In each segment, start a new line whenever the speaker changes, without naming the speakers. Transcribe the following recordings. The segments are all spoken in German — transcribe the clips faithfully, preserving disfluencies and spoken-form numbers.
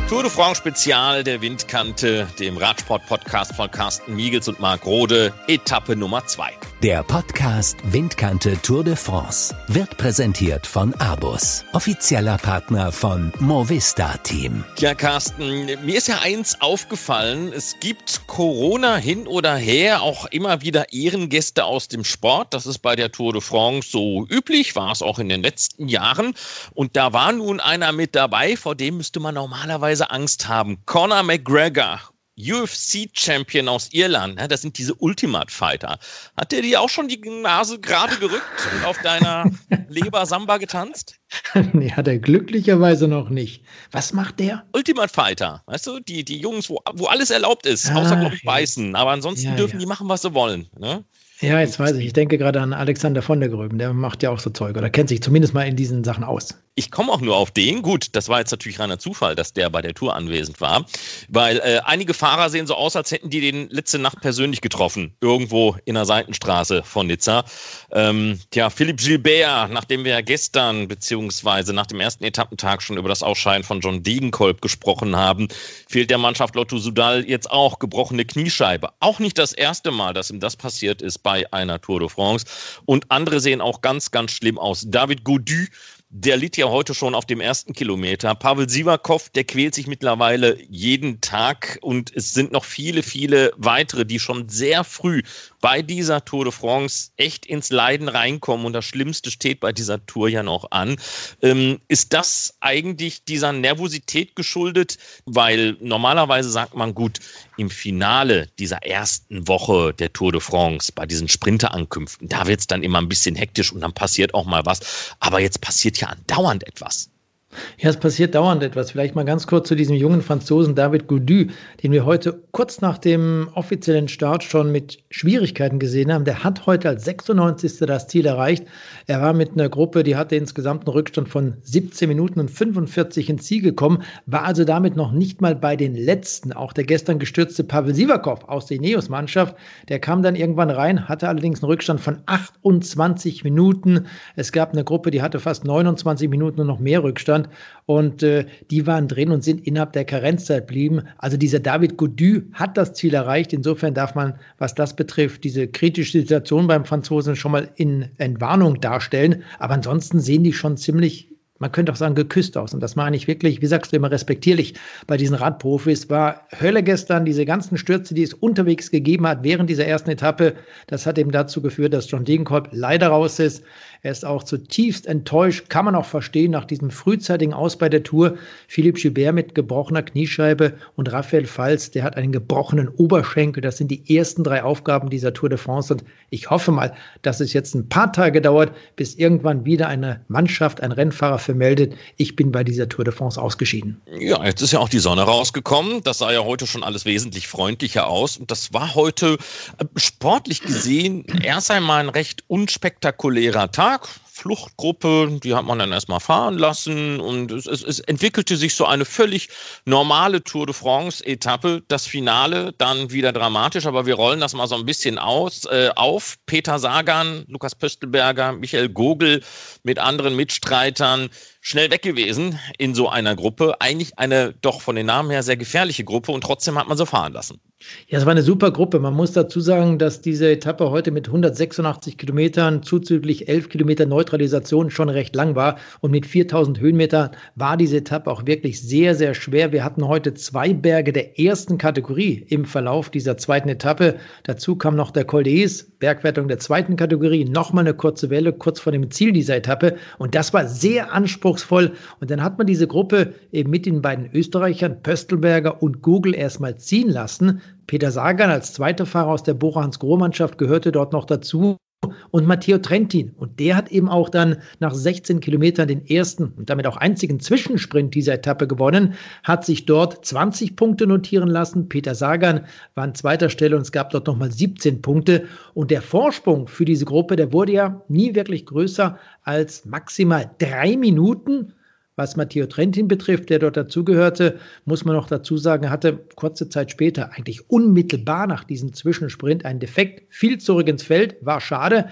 Tour de France Spezial der Windkante, dem Radsport-Podcast von Carsten Miegels und Marc Rode, Etappe Nummer zwei.
Der Podcast Windkante Tour de France wird präsentiert von Abus, offizieller Partner von Movista Team.
Ja, Carsten, mir ist ja eins aufgefallen, es gibt Corona hin oder her auch immer wieder Ehrengäste aus dem Sport. Das ist bei der Tour de France so üblich, war es auch in den letzten Jahren. Und da war nun einer mit dabei, vor dem müsste man normalerweise Angst haben. Conor McGregor, U F C-Champion aus Irland, das sind diese Ultimate-Fighter. Hat der dir auch schon die Nase gerade gerückt und auf deiner Leber-Samba getanzt?
Nee, hat er glücklicherweise noch nicht. Was macht der?
Ultimate-Fighter, weißt du, die, die Jungs, wo, wo alles erlaubt ist, außer, glaube ich, Beißen. Aber ansonsten
ja,
dürfen
ja.
die machen, was sie wollen, ne?
Ja, jetzt weiß ich. Ich denke gerade an Alexander von der Gröben. Der macht ja auch so Zeug oder kennt sich zumindest mal in diesen Sachen aus.
Ich komme auch nur auf den. Gut, das war jetzt natürlich reiner Zufall, dass der bei der Tour anwesend war. Weil äh, einige Fahrer sehen so aus, als hätten die den letzte Nacht persönlich getroffen. Irgendwo in der Seitenstraße von Nizza. Ähm, tja, Philippe Gilbert, nachdem wir ja gestern beziehungsweise nach dem ersten Etappentag schon über das Ausscheiden von John Degenkolb gesprochen haben, fehlt der Mannschaft Lotto Soudal jetzt auch gebrochene Kniescheibe. Auch nicht das erste Mal, dass ihm das passiert ist bei einer Tour de France. Und andere sehen auch ganz, ganz schlimm aus. David Gaudu, der litt ja heute schon auf dem ersten Kilometer. Pavel Sivakov, der quält sich mittlerweile jeden Tag. Und es sind noch viele, viele weitere, die schon sehr früh bei dieser Tour de France echt ins Leiden reinkommen. Und das Schlimmste steht bei dieser Tour ja noch an. Ähm, ist das eigentlich dieser Nervosität geschuldet? Weil normalerweise sagt man, gut, im Finale dieser ersten Woche der Tour de France, bei diesen Sprinterankünften, da wird es dann immer ein bisschen hektisch und dann passiert auch mal was. Aber jetzt passiert ja andauernd etwas.
Ja, es passiert dauernd etwas. Vielleicht mal ganz kurz zu diesem jungen Franzosen David Gaudu, den wir heute kurz nach dem offiziellen Start schon mit Schwierigkeiten gesehen haben. Der hat heute als sechsundneunzigster das Ziel erreicht. Er war mit einer Gruppe, die hatte insgesamt einen Rückstand von siebzehn Minuten und fünfundvierzig ins Ziel gekommen, war also damit noch nicht mal bei den Letzten. Auch der gestern gestürzte Pavel Sivakov aus der Ineos-Mannschaft, der kam dann irgendwann rein, hatte allerdings einen Rückstand von achtundzwanzig Minuten. Es gab eine Gruppe, die hatte fast neunundzwanzig Minuten und noch mehr Rückstand. Und äh, die waren drin und sind innerhalb der Karenzzeit blieben. Also dieser David Gaudu hat das Ziel erreicht. Insofern darf man, was das betrifft, diese kritische Situation beim Franzosen schon mal in Entwarnung darstellen. Aber ansonsten sehen die schon ziemlich, man könnte auch sagen, geküsst aus. Und das meine ich wirklich, wie sagst du immer, respektierlich bei diesen Radprofis. War Hölle gestern, diese ganzen Stürze, die es unterwegs gegeben hat während dieser ersten Etappe. Das hat eben dazu geführt, dass John Degenkolb leider raus ist. Er ist auch zutiefst enttäuscht, kann man auch verstehen, nach diesem frühzeitigen Aus bei der Tour. Philippe Gilbert mit gebrochener Kniescheibe und Raphael Valls, der hat einen gebrochenen Oberschenkel. Das sind die ersten drei Aufgaben dieser Tour de France. Und ich hoffe mal, dass es jetzt ein paar Tage dauert, bis irgendwann wieder eine Mannschaft, ein Rennfahrer vermeldet, ich bin bei dieser Tour de France ausgeschieden.
Ja, jetzt ist ja auch die Sonne rausgekommen. Das sah ja heute schon alles wesentlich freundlicher aus. Und das war heute äh, sportlich gesehen erst einmal ein recht unspektakulärer Tag. Fluchtgruppe, die hat man dann erstmal fahren lassen und es, es, es entwickelte sich so eine völlig normale Tour de France-Etappe. Das Finale dann wieder dramatisch, aber wir rollen das mal so ein bisschen aus, äh, auf. Peter Sagan, Lukas Pöstlberger, Michael Gogl mit anderen Mitstreitern schnell weg gewesen in so einer Gruppe. Eigentlich eine doch von den Namen her sehr gefährliche Gruppe und trotzdem hat man sie fahren lassen.
Ja, es war eine super Gruppe. Man muss dazu sagen, dass diese Etappe heute mit hundertsechsundachtzig Kilometern zuzüglich elf Kilometer Neutralisation schon recht lang war. Und mit viertausend Höhenmetern war diese Etappe auch wirklich sehr, sehr schwer. Wir hatten heute zwei Berge der ersten Kategorie im Verlauf dieser zweiten Etappe. Dazu kam noch der Col d'Huez, Bergwertung der zweiten Kategorie. Nochmal eine kurze Welle kurz vor dem Ziel dieser Etappe. Und das war sehr anspruchsvoll. Und dann hat man diese Gruppe eben mit den beiden Österreichern, Pöstlberger und Gogl, erstmal ziehen lassen. Peter Sagan als zweiter Fahrer aus der Bora-Hansgrohe-Mannschaft gehörte dort noch dazu und Matteo Trentin. Und der hat eben auch dann nach sechzehn Kilometern den ersten und damit auch einzigen Zwischensprint dieser Etappe gewonnen, hat sich dort zwanzig Punkte notieren lassen. Peter Sagan war an zweiter Stelle und es gab dort nochmal siebzehn Punkte. Und der Vorsprung für diese Gruppe, der wurde ja nie wirklich größer als maximal drei Minuten. Was Matteo Trentin betrifft, der dort dazugehörte, muss man noch dazu sagen, er hatte kurze Zeit später, eigentlich unmittelbar nach diesem Zwischensprint, einen Defekt, fiel zurück ins Feld, war schade.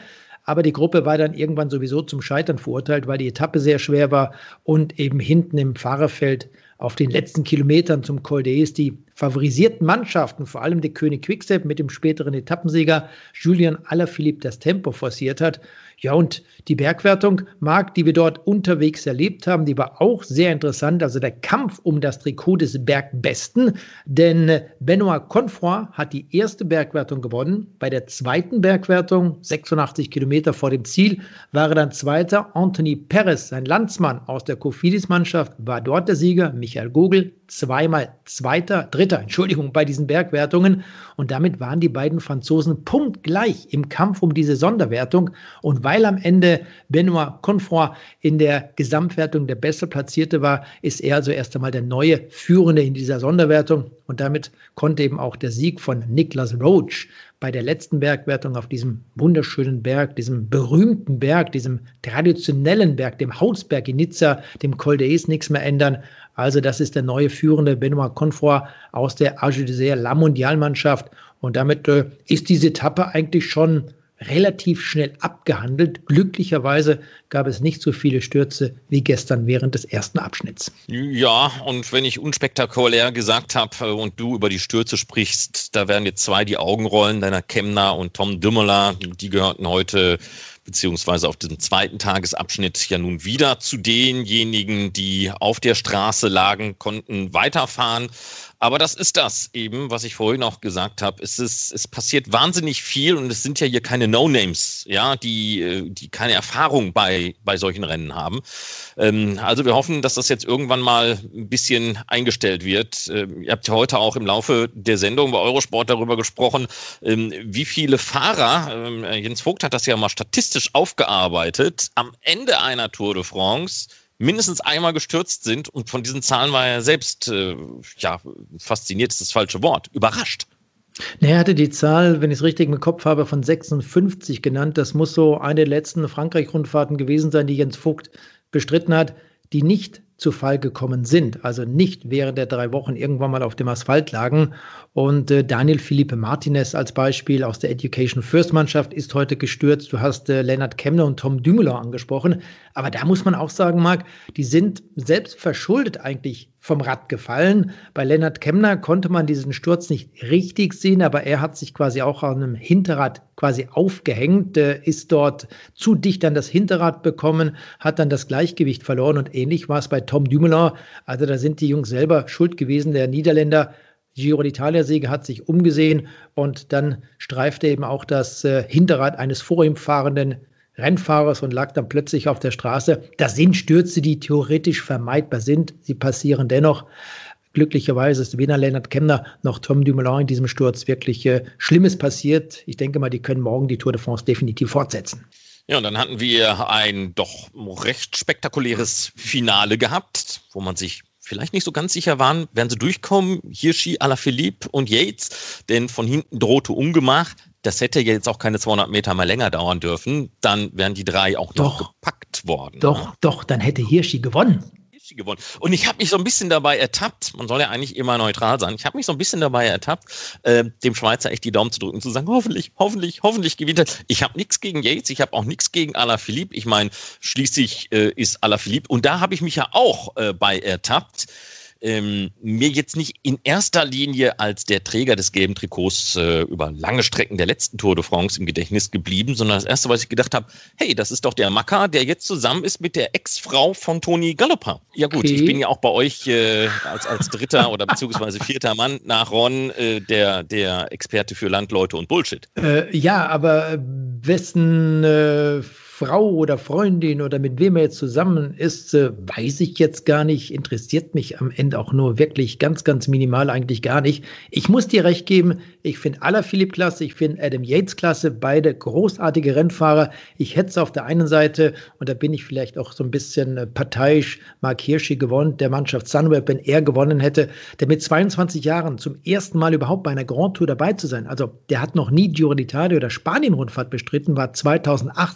aber die Gruppe war dann irgendwann sowieso zum Scheitern verurteilt, weil die Etappe sehr schwer war und eben hinten im Fahrerfeld auf den letzten Kilometern zum Col d'Huez die favorisierten Mannschaften, vor allem der König Quickstep mit dem späteren Etappensieger Julian Alaphilippe, das Tempo forciert hat. Ja, und die Bergwertung, Marc, die wir dort unterwegs erlebt haben, die war auch sehr interessant. Also der Kampf um das Trikot des Bergbesten, denn Benoît Cosnefroy hat die erste Bergwertung gewonnen. Bei der zweiten Bergwertung, sechsundachtzig Kilometer vor dem Ziel, war er dann Zweiter. Anthony Perez, sein Landsmann aus der Cofidis-Mannschaft, war dort der Sieger. Michael Gogel zweimal Zweiter, Dritter, Entschuldigung, bei diesen Bergwertungen. Und damit waren die beiden Franzosen punktgleich im Kampf um diese Sonderwertung. Und weil am Ende Benoît Cosnefroy in der Gesamtwertung der Beste Platzierte war, ist er also erst einmal der neue Führende in dieser Sonderwertung. Und damit konnte eben auch der Sieg von Nicolas Roche bei der letzten Bergwertung auf diesem wunderschönen Berg, diesem berühmten Berg, diesem traditionellen Berg, dem Hausberg in Nizza, dem Col d'Huez, nichts mehr ändern. Also das ist der neue Führende Benoît Cosnefroy aus der A G deux R La Mondial-Mannschaft. Und damit äh, ist diese Etappe eigentlich schon relativ schnell abgehandelt. Glücklicherweise gab es nicht so viele Stürze wie gestern während des ersten Abschnitts.
Ja, und wenn ich unspektakulär gesagt habe und du über die Stürze sprichst, da werden jetzt zwei die Augen rollen, deiner Kemna und Tom Dumoulin. Die gehörten heute beziehungsweise auf diesem zweiten Tagesabschnitt ja nun wieder zu denjenigen, die auf der Straße lagen, konnten weiterfahren. Aber das ist das eben, was ich vorhin auch gesagt habe. Es ist, es passiert wahnsinnig viel und es sind ja hier keine No-Names, ja, die, die keine Erfahrung bei, bei solchen Rennen haben. Ähm, also wir hoffen, dass das jetzt irgendwann mal ein bisschen eingestellt wird. Ähm, ihr habt ja heute auch im Laufe der Sendung bei Eurosport darüber gesprochen, ähm, wie viele Fahrer, ähm, Jens Vogt hat das ja mal statistisch aufgearbeitet, am Ende einer Tour de France mindestens einmal gestürzt sind, und von diesen Zahlen war er selbst, äh, ja, fasziniert ist das falsche Wort, überrascht.
Er hatte die Zahl, wenn ich es richtig im Kopf habe, von sechsundfünfzig genannt. Das muss so eine der letzten Frankreich-Rundfahrten gewesen sein, die Jens Vogt bestritten hat, die nicht zu Fall gekommen sind, also nicht während der drei Wochen irgendwann mal auf dem Asphalt lagen. Und äh, Daniel Felipe Martinez als Beispiel aus der Education First Mannschaft ist heute gestürzt. Du hast äh, Lennart Kemna und Tom Dumoulin angesprochen. Aber da muss man auch sagen, Marc, die sind selbst verschuldet eigentlich vom Rad gefallen. Bei Lennart Kemna konnte man diesen Sturz nicht richtig sehen, aber er hat sich quasi auch an einem Hinterrad quasi aufgehängt, äh, ist dort zu dicht an das Hinterrad bekommen, hat dann das Gleichgewicht verloren, und ähnlich war es bei Tom Dumoulin. Also da sind die Jungs selber schuld gewesen. Der Niederländer Giro d'Italia-Sieger hat sich umgesehen und dann streifte eben auch das äh, Hinterrad eines vor ihm fahrenden Rennfahrers und lag dann plötzlich auf der Straße. Das sind Stürze, die theoretisch vermeidbar sind. Sie passieren dennoch. Glücklicherweise ist weder Lennart Kemna noch Tom Dumoulin in diesem Sturz wirklich äh, Schlimmes passiert. Ich denke mal, die können morgen die Tour de France definitiv fortsetzen.
Ja, und dann hatten wir ein doch recht spektakuläres Finale gehabt, wo man sich vielleicht nicht so ganz sicher waren, werden sie durchkommen, Hirschi, Alaphilippe und Yates, denn von hinten drohte Ungemach. Das hätte ja jetzt auch keine zweihundert Meter mal länger dauern dürfen. Dann wären die drei auch noch doch, gepackt worden.
Doch, ne? doch, dann hätte Hirschi gewonnen.
Hirschi gewonnen. Und ich habe mich so ein bisschen dabei ertappt, man soll ja eigentlich immer neutral sein, ich habe mich so ein bisschen dabei ertappt, äh, dem Schweizer echt die Daumen zu drücken, zu sagen, hoffentlich, hoffentlich, hoffentlich gewinnt er. Ich habe nichts gegen Yates, ich habe auch nichts gegen Alaphilippe. Ich meine, schließlich äh, ist Alaphilippe, und da habe ich mich ja auch äh, bei ertappt, Ähm, mir jetzt nicht in erster Linie als der Träger des gelben Trikots äh, über lange Strecken der letzten Tour de France im Gedächtnis geblieben, sondern das erste, was ich gedacht habe, hey, das ist doch der Macker, der jetzt zusammen ist mit der Ex-Frau von Tony Galopin. Ja gut, okay. Ich bin ja auch bei euch äh, als, als dritter oder beziehungsweise vierter Mann nach Ron äh, der, der Experte für Landleute und Bullshit.
Äh, ja, aber wessen äh Frau oder Freundin oder mit wem er jetzt zusammen ist, äh, weiß ich jetzt gar nicht, interessiert mich am Ende auch nur wirklich ganz, ganz minimal eigentlich gar nicht. Ich muss dir recht geben, ich finde Alaphilippe klasse, ich finde Adam Yates klasse, beide großartige Rennfahrer. Ich hätte es auf der einen Seite, und da bin ich vielleicht auch so ein bisschen äh, parteiisch, Mark Hirschi gewonnen, der Mannschaft Sunweb, wenn er gewonnen hätte, der mit zweiundzwanzig Jahren zum ersten Mal überhaupt bei einer Grand Tour dabei zu sein. Also der hat noch nie Giro d'Italia oder Spanien-Rundfahrt bestritten, war zweitausendachtzehn Straße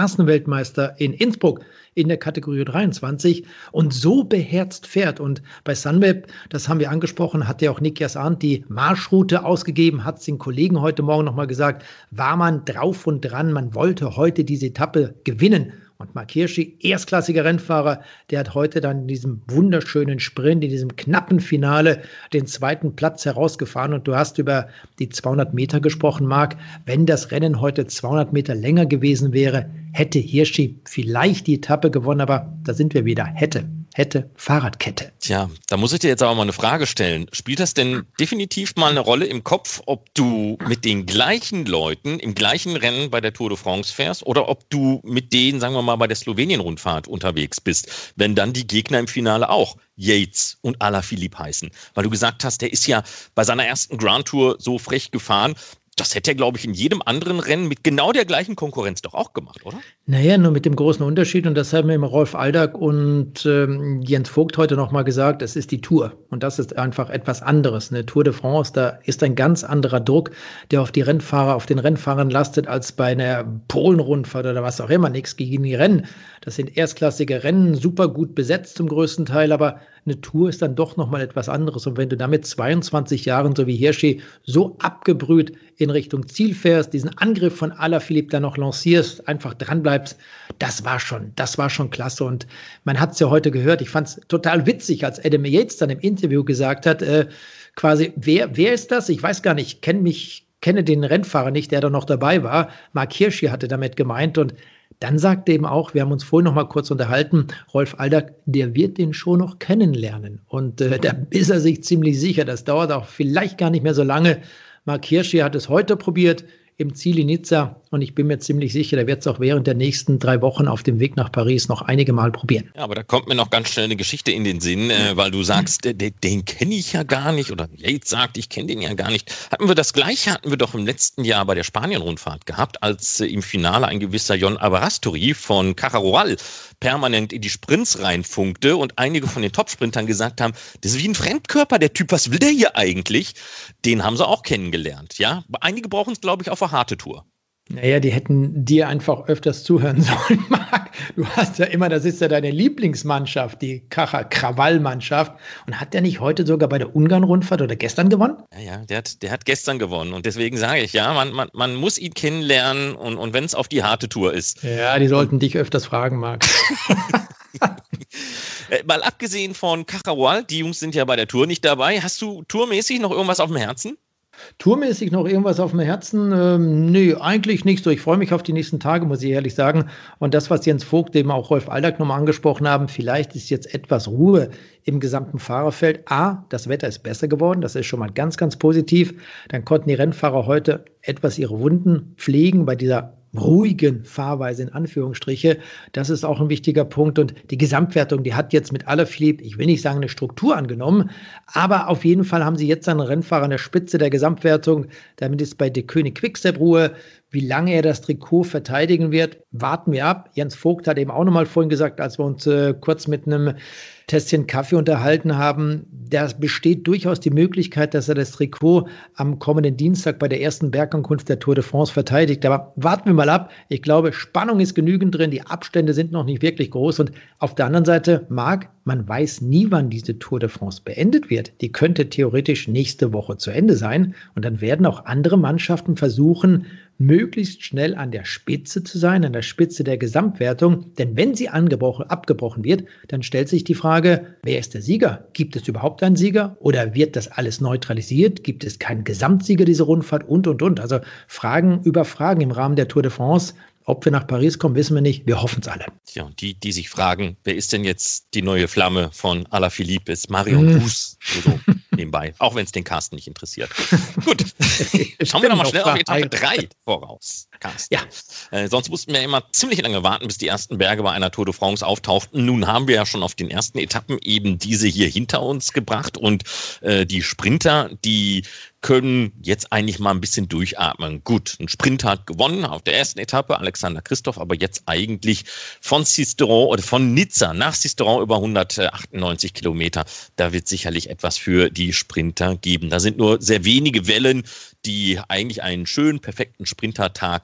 Straßenweltmeister in Innsbruck in der Kategorie dreiundzwanzig und so beherzt fährt. Und bei Sunweb, das haben wir angesprochen, hat ja auch Nikias Arndt die Marschroute ausgegeben, hat es den Kollegen heute Morgen nochmal gesagt, war man drauf und dran, man wollte heute diese Etappe gewinnen. Und Marc Hirschi, erstklassiger Rennfahrer, der hat heute dann in diesem wunderschönen Sprint, in diesem knappen Finale den zweiten Platz herausgefahren. Und du hast über die zweihundert Meter gesprochen, Marc. Wenn das Rennen heute zweihundert Meter länger gewesen wäre, hätte Hirschi vielleicht die Etappe gewonnen. Aber da sind wir wieder. Hätte. Hätte Fahrradkette.
Tja, da muss ich dir jetzt aber mal eine Frage stellen. Spielt das denn definitiv mal eine Rolle im Kopf, ob du mit den gleichen Leuten im gleichen Rennen bei der Tour de France fährst oder ob du mit denen, sagen wir mal, bei der Slowenien-Rundfahrt unterwegs bist, wenn dann die Gegner im Finale auch Yates und Alaphilippe heißen? Weil du gesagt hast, der ist ja bei seiner ersten Grand Tour so frech gefahren. Das hätte er, glaube ich, in jedem anderen Rennen mit genau der gleichen Konkurrenz doch auch gemacht, oder?
Naja, nur mit dem großen Unterschied, und das haben mir Rolf Aldag und ähm, Jens Vogt heute nochmal gesagt, es ist die Tour. Und das ist einfach etwas anderes. Eine Tour de France, da ist ein ganz anderer Druck, der auf die Rennfahrer, auf den Rennfahrern lastet, als bei einer Polen-Rundfahrt oder was auch immer. Nichts gegen die Rennen. Das sind erstklassige Rennen, super gut besetzt zum größten Teil, aber eine Tour ist dann doch nochmal etwas anderes. Und wenn du damit zweiundzwanzig Jahren, so wie Hirschi, so abgebrüht in Richtung Ziel fährst, diesen Angriff von Alaphilippe dann noch lancierst, einfach dranbleibst, das war schon, das war schon klasse. Und man hat es ja heute gehört, ich fand es total witzig, als Adam Yates dann im Interview gesagt hat, äh, quasi, wer, wer ist das? Ich weiß gar nicht, kenne mich, kenne den Rennfahrer nicht, der da noch dabei war. Marc Hirschi hatte damit gemeint, und dann sagt er eben auch, wir haben uns vorhin noch mal kurz unterhalten, Rolf Aldag, der wird den schon noch kennenlernen. Und äh, da ist er sich ziemlich sicher. Das dauert auch vielleicht gar nicht mehr so lange. Marc Hirschi hat es heute probiert im Ziel in Nizza. Und ich bin mir ziemlich sicher, der wird es auch während der nächsten drei Wochen auf dem Weg nach Paris noch einige Mal probieren.
Ja, aber da kommt mir noch ganz schnell eine Geschichte in den Sinn, äh, weil du sagst, den, den kenne ich ja gar nicht, oder Yates sagt, ich kenne den ja gar nicht. Hatten wir das Gleiche, hatten wir doch im letzten Jahr bei der Spanien-Rundfahrt gehabt, als äh, im Finale ein gewisser Jon Aberasturi von Caja permanent in die Sprints reinfunkte und einige von den Topsprintern gesagt haben, das ist wie ein Fremdkörper, der Typ, was will der hier eigentlich? Den haben sie auch kennengelernt, ja. Einige brauchen es, glaube ich, auf eine harte Tour.
Naja, die hätten dir einfach öfters zuhören sollen, Marc. Du hast ja immer, das ist ja deine Lieblingsmannschaft, die Caja-Krawall-Mannschaft. Und hat der nicht heute sogar bei der Ungarn-Rundfahrt oder gestern gewonnen?
Ja, ja, der hat, der hat gestern gewonnen. Und deswegen sage ich, ja, man, man, man muss ihn kennenlernen, und, und wenn es auf die harte Tour ist.
Ja, die sollten dich öfters fragen, Marc.
Mal abgesehen von Caja, die Jungs sind ja bei der Tour nicht dabei. Hast du tourmäßig noch irgendwas auf dem Herzen?
Tourmäßig noch irgendwas auf dem Herzen? Ähm, nee, eigentlich nicht so. Ich freue mich auf die nächsten Tage, muss ich ehrlich sagen. Und das, was Jens Vogt, eben auch Rolf Aldag nochmal angesprochen haben, vielleicht ist jetzt etwas Ruhe im gesamten Fahrerfeld. A, das Wetter ist besser geworden, das ist schon mal ganz, ganz positiv. Dann konnten die Rennfahrer heute etwas ihre Wunden pflegen bei dieser ruhigen Fahrweise in Anführungsstriche. Das ist auch ein wichtiger Punkt. Und die Gesamtwertung, die hat jetzt mit Alaphilippe, ich will nicht sagen eine Struktur angenommen, aber auf jeden Fall haben sie jetzt einen Rennfahrer an der Spitze der Gesamtwertung. Damit ist bei De Koning Quickstep Ruhe. Wie lange er das Trikot verteidigen wird, warten wir ab. Jens Vogt hat eben auch nochmal vorhin gesagt, als wir uns äh, kurz mit einem Tässchen Kaffee unterhalten haben, da besteht durchaus die Möglichkeit, dass er das Trikot am kommenden Dienstag bei der ersten Bergankunft der Tour de France verteidigt. Aber warten wir mal ab. Ich glaube, Spannung ist genügend drin. Die Abstände sind noch nicht wirklich groß. Und auf der anderen Seite, Marc, man weiß nie, wann diese Tour de France beendet wird. Die könnte theoretisch nächste Woche zu Ende sein. Und dann werden auch andere Mannschaften versuchen, möglichst schnell an der Spitze zu sein, an der Spitze der Gesamtwertung. Denn wenn sie angebrochen, abgebrochen wird, dann stellt sich die Frage, wer ist der Sieger? Gibt es überhaupt einen Sieger? Oder wird das alles neutralisiert? Gibt es keinen Gesamtsieger dieser Rundfahrt? Und, und, und. Also Fragen über Fragen im Rahmen der Tour de France. Ob wir nach Paris kommen, wissen wir nicht. Wir hoffen es alle.
Ja, und die, die sich fragen, wer ist denn jetzt die neue Flamme von Alaphilippe? Ist Marion
Hm.
Buß so nebenbei, auch wenn es den Carsten nicht interessiert. Gut, schauen wir doch mal schnell auf Etappe drei voraus, Carsten.
Ja.
Äh, sonst mussten wir immer ziemlich lange warten, bis die ersten Berge bei einer Tour de France auftauchten. Nun haben wir ja schon auf den ersten Etappen eben diese hier hinter uns gebracht, und äh, die Sprinter, die können jetzt eigentlich mal ein bisschen durchatmen. Gut, ein Sprint hat gewonnen auf der ersten Etappe, Alexander Kristoff, aber jetzt eigentlich von Sisteron oder von Nizza nach Sisteron über hundertachtundneunzig Kilometer. Da wird sicherlich etwas für die Sprinter geben. Da sind nur sehr wenige Wellen, die eigentlich einen schönen, perfekten Sprintertag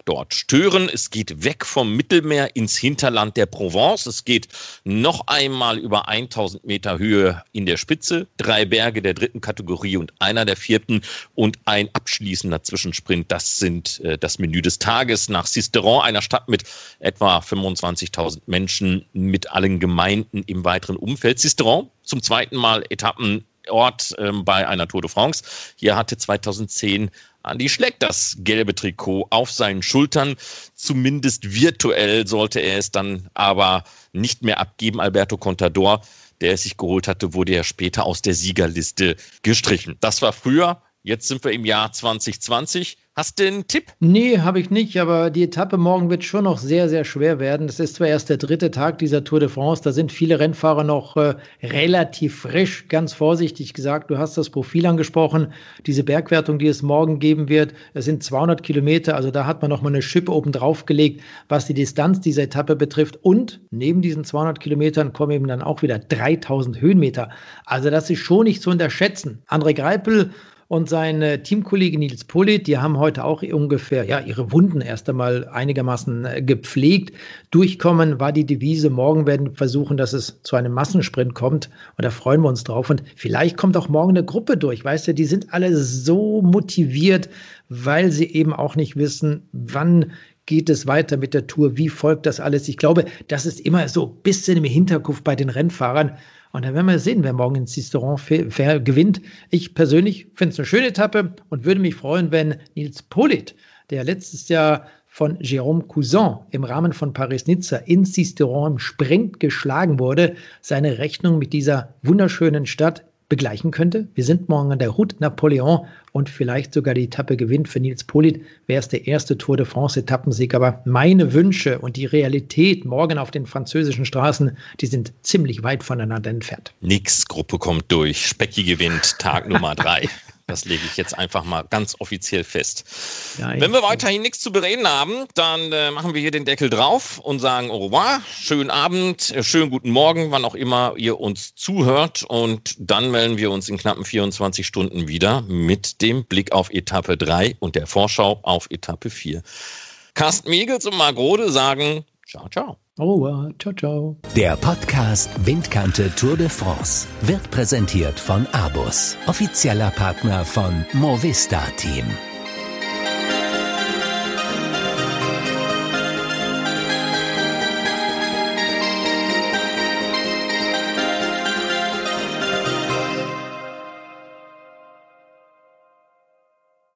dort stören. Es geht weg vom Mittelmeer ins Hinterland der Provence. Es geht noch einmal über tausend Meter Höhe in der Spitze, drei Berge der dritten Kategorie und einer der vierten und ein abschließender Zwischensprint. Das sind äh, das Menü des Tages nach Sisteron, einer Stadt mit etwa fünfundzwanzigtausend Menschen, mit allen Gemeinden im weiteren Umfeld. Sisteron, zum zweiten Mal Etappenort ähm, bei einer Tour de France. Hier hatte zweitausendzehn Andi Schleck das gelbe Trikot auf seinen Schultern. Zumindest virtuell sollte er es dann aber nicht mehr abgeben. Alberto Contador, der es sich geholt hatte, wurde ja später aus der Siegerliste gestrichen. Das war früher. Jetzt sind wir im Jahr zwanzig zwanzig. Hast du einen Tipp?
Nee, habe ich nicht, aber die Etappe morgen wird schon noch sehr, sehr schwer werden. Das ist zwar erst der dritte Tag dieser Tour de France, da sind viele Rennfahrer noch äh, relativ frisch, ganz vorsichtig gesagt. Du hast das Profil angesprochen, diese Bergwertung, die es morgen geben wird, es sind zweihundert Kilometer, also da hat man noch mal eine Schippe oben drauf gelegt, was die Distanz dieser Etappe betrifft. Und neben diesen zweihundert Kilometern kommen eben dann auch wieder dreitausend Höhenmeter. Also das ist schon nicht zu unterschätzen. André Greipel und sein äh, Teamkollege Nils Politt, die haben heute auch ungefähr ja ihre Wunden erst einmal einigermaßen äh, gepflegt. Durchkommen war die Devise. Morgen werden wir versuchen, dass es zu einem Massensprint kommt. Und da freuen wir uns drauf. Und vielleicht kommt auch morgen eine Gruppe durch. Weißt du, die sind alle so motiviert, weil sie eben auch nicht wissen, wann geht es weiter mit der Tour, wie folgt das alles. Ich glaube, das ist immer so ein bisschen im Hinterkopf bei den Rennfahrern. Und dann werden wir sehen, wer morgen in Sisteron gewinnt. Ich persönlich finde es eine schöne Etappe und würde mich freuen, wenn Nils Politt, der letztes Jahr von Jérôme Cousin im Rahmen von Paris-Nizza in Sisteron im Sprint geschlagen wurde, seine Rechnung mit dieser wunderschönen Stadt begleichen könnte. Wir sind morgen an der Route Napoléon und vielleicht sogar die Etappe gewinnt. Für Nils Politt wäre es der erste Tour de France-Etappensieg. Aber meine Wünsche und die Realität morgen auf den französischen Straßen, die sind ziemlich weit voneinander entfernt.
Nix, Gruppe kommt durch. Specki gewinnt, Tag Nummer drei. Das lege ich jetzt einfach mal ganz offiziell fest. Ja, wenn wir weiterhin nichts zu bereden haben, dann äh, machen wir hier den Deckel drauf und sagen au revoir, schönen Abend, äh, schönen guten Morgen, wann auch immer ihr uns zuhört. Und dann melden wir uns in knappen vierundzwanzig Stunden wieder mit dem Blick auf Etappe drei und der Vorschau auf Etappe vier. Carsten Miegels und Marc Rode sagen ciao, ciao.
Au revoir, ciao, ciao.
Der Podcast Windkante Tour de France wird präsentiert von Abus, offizieller Partner von Movista Team.